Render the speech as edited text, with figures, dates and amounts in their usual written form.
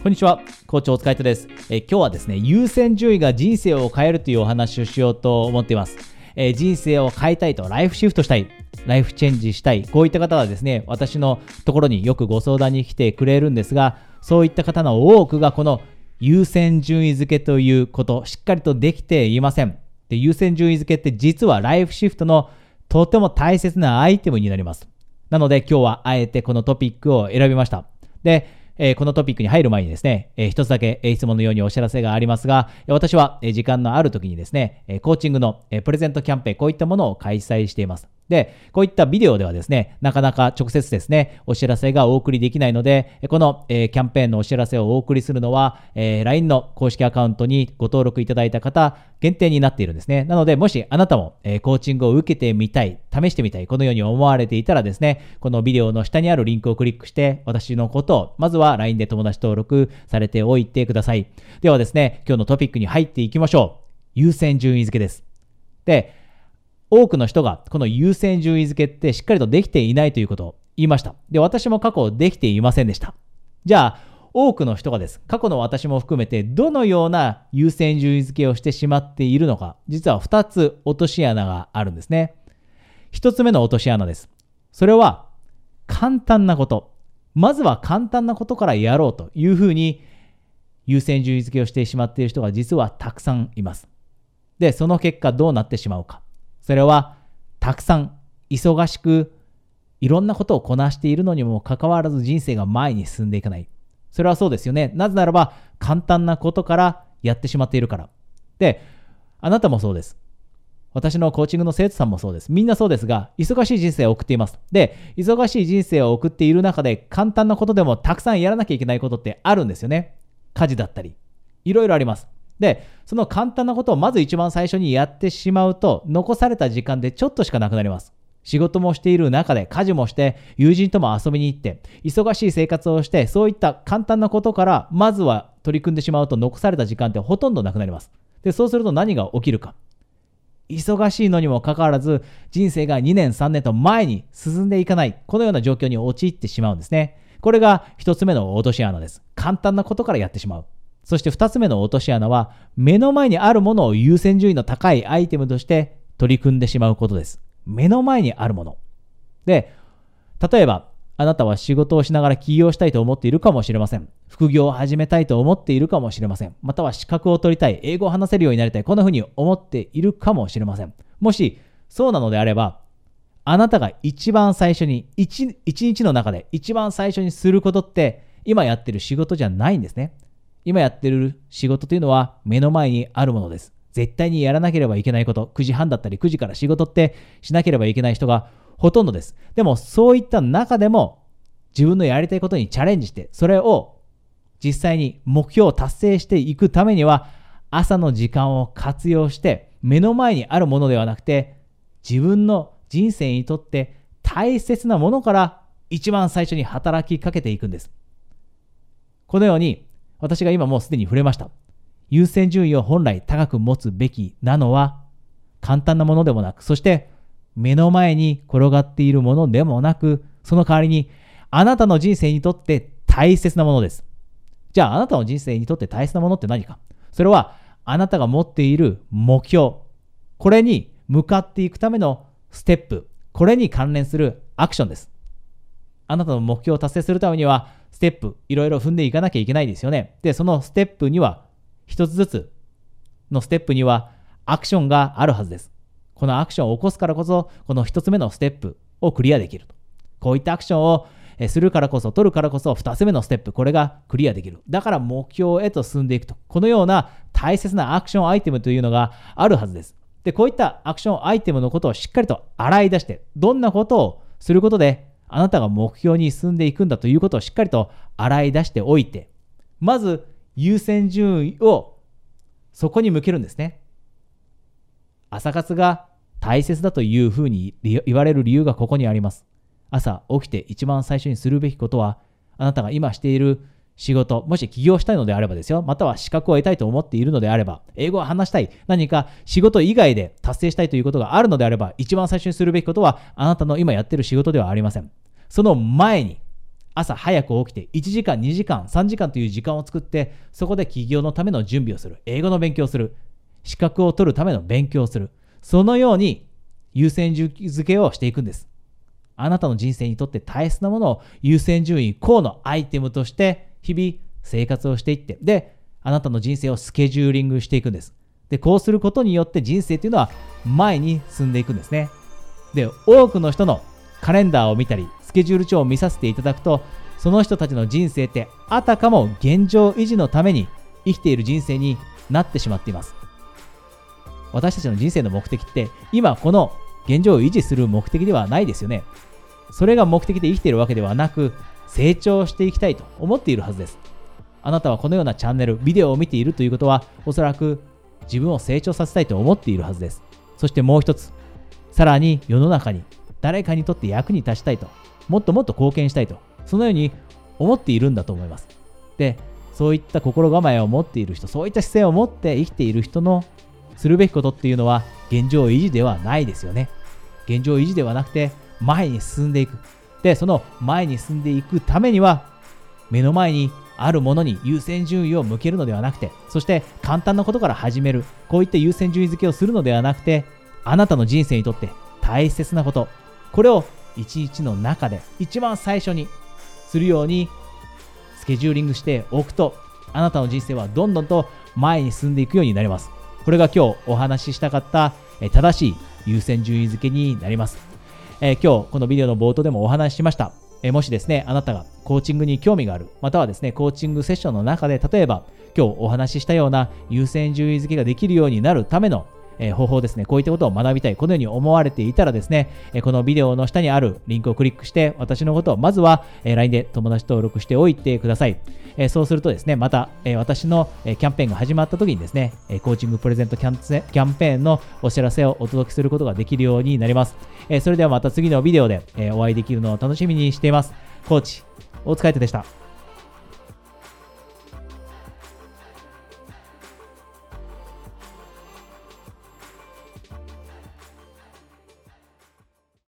こんにちは、校長お疲れ様です。今日はですね、優先順位が人生を変えるというお話をしようと思っています。人生を変えたいと、ライフシフトしたい、ライフチェンジしたい、こういった方はですね、私のところによくご相談に来てくれるんですが、そういった方の多くがこの優先順位付けということ、しっかりとできていません。で、優先順位付けって実はライフシフトのとても大切なアイテムになります。なので今日はあえてこのトピックを選びました。で、このトピックに入る前にですね、一つだけいつものようにお知らせがありますが、私は時間のある時にですね、コーチングのプレゼントキャンペーン、こういったものを開催しています。で、こういったビデオではですね、なかなか直接ですね、お知らせがお送りできないので、このキャンペーンのお知らせをお送りするのは、LINE の公式アカウントにご登録いただいた方限定になっているんですね。なので、もしあなたもコーチングを受けてみたい、試してみたい、このように思われていたらですね、このビデオの下にあるリンクをクリックして、私のことを、まずは LINE で友達登録されておいてください。ではですね、今日のトピックに入っていきましょう。優先順位付けです。で、多くの人がこの優先順位付けってしっかりとできていないということを言いました。で、私も過去できていませんでした。じゃあ、多くの人がです。過去の私も含めてどのような優先順位付けをしてしまっているのか、実は2つ落とし穴があるんですね。1つ目の落とし穴です。それは簡単なこと。まずは簡単なことからやろうというふうに優先順位付けをしてしまっている人が実はたくさんいます。で、その結果どうなってしまうか。それはたくさん忙しくいろんなことをこなしているのにもかかわらず人生が前に進んでいかない。それはそうですよね。なぜならば簡単なことからやってしまっているから。で、あなたもそうです。私のコーチングの生徒さんもそうです。みんなそうですが、忙しい人生を送っています。で、忙しい人生を送っている中で簡単なことでもたくさんやらなきゃいけないことってあるんですよね。家事だったり、いろいろあります。で、その簡単なことをまず一番最初にやってしまうと、残された時間でちょっとしかなくなります。仕事もしている中で、家事もして、友人とも遊びに行って、忙しい生活をして、そういった簡単なことからまずは取り組んでしまうと、残された時間ってほとんどなくなります。で、そうすると何が起きるか。忙しいのにもかかわらず、人生が2年3年と前に進んでいかない、このような状況に陥ってしまうんですね。これが一つ目の落とし穴です。簡単なことからやってしまう。そして2つ目の落とし穴は、目の前にあるものを優先順位の高いアイテムとして取り組んでしまうことです。目の前にあるもの。で、例えば、あなたは仕事をしながら起業したいと思っているかもしれません。副業を始めたいと思っているかもしれません。または資格を取りたい、英語を話せるようになりたい、こんなふうに思っているかもしれません。もし、そうなのであれば、あなたが一番最初に、一日の中で一番最初にすることって、今やってる仕事じゃないんですね。今やってる仕事というのは目の前にあるものです。絶対にやらなければいけないこと、9時半だったり9時から仕事ってしなければいけない人がほとんどです。でもそういった中でも自分のやりたいことにチャレンジして、それを実際に目標を達成していくためには、朝の時間を活用して目の前にあるものではなくて、自分の人生にとって大切なものから一番最初に働きかけていくんです。このように私が今もうすでに触れました。優先順位を本来高く持つべきなのは簡単なものでもなく、そして目の前に転がっているものでもなく、その代わりにあなたの人生にとって大切なものです。じゃああなたの人生にとって大切なものって何か。それはあなたが持っている目標、これに向かっていくためのステップ、これに関連するアクションです。あなたの目標を達成するためにはステップいろいろ踏んでいかなきゃいけないですよね。で、そのステップには一つずつのステップにはアクションがあるはずです。このアクションを起こすからこそ、この一つ目のステップをクリアできると。こういったアクションをするからこそ、取るからこそ二つ目のステップ、これがクリアできる。だから目標へと進んでいくと。このような大切なアクションアイテムというのがあるはずです。で、こういったアクションアイテムのことをしっかりと洗い出して、どんなことをすることであなたが目標に進んでいくんだということをしっかりと洗い出しておいて、まず優先順位をそこに向けるんですね。朝活が大切だというふうに言われる理由がここにあります。朝起きて一番最初にするべきことは、あなたが今している仕事、もし起業したいのであればですよ、または資格を得たいと思っているのであれば、英語を話したい、何か仕事以外で達成したいということがあるのであれば、一番最初にするべきことはあなたの今やっている仕事ではありません。その前に朝早く起きて1時間、2時間、3時間という時間を作って、そこで起業のための準備をする。英語の勉強をする。資格を取るための勉強をする。そのように優先順位付けをしていくんです。あなたの人生にとって大切なものを優先順位項のアイテムとして日々生活をしていって、で、あなたの人生をスケジューリングしていくんです。で、こうすることによって人生というのは前に進んでいくんですね。で、多くの人のカレンダーを見たり、スケジュール帳を見させていただくと、その人たちの人生ってあたかも現状維持のために生きている人生になってしまっています。私たちの人生の目的って今この現状を維持する目的ではないですよね。それが目的で生きているわけではなく、成長していきたいと思っているはずです。あなたはこのようなチャンネル、ビデオを見ているということは、おそらく自分を成長させたいと思っているはずです。そしてもう一つ、さらに世の中に誰かにとって役に立ちたいと、もっともっと貢献したいと、そのように思っているんだと思います。で、そういった心構えを持っている人、そういった姿勢を持って生きている人のするべきことっていうのは現状維持ではないですよね。現状維持ではなくて前に進んでいく。で、その前に進んでいくためには目の前にあるものに優先順位を向けるのではなくて、そして簡単なことから始める、こういった優先順位付けをするのではなくて、あなたの人生にとって大切なこと、これを一日の中で一番最初にするようにスケジューリングしておくと、あなたの人生はどんどんと前に進んでいくようになります。これが今日お話ししたかった正しい優先順位付けになります。今日このビデオの冒頭でもお話ししました。もしですね、あなたがコーチングに興味がある、またはですね、コーチングセッションの中で、例えば今日お話ししたような優先順位付けができるようになるための方法ですね、こういったことを学びたい、このように思われていたらですね、このビデオの下にあるリンクをクリックして、私のことをまずは LINE で友達登録しておいてください。そうするとですね、また私のキャンペーンが始まった時にですね、コーチングプレゼントキャンペーンのお知らせをお届けすることができるようになります。それではまた次のビデオでお会いできるのを楽しみにしています。コーチ、大塚愛斗でした。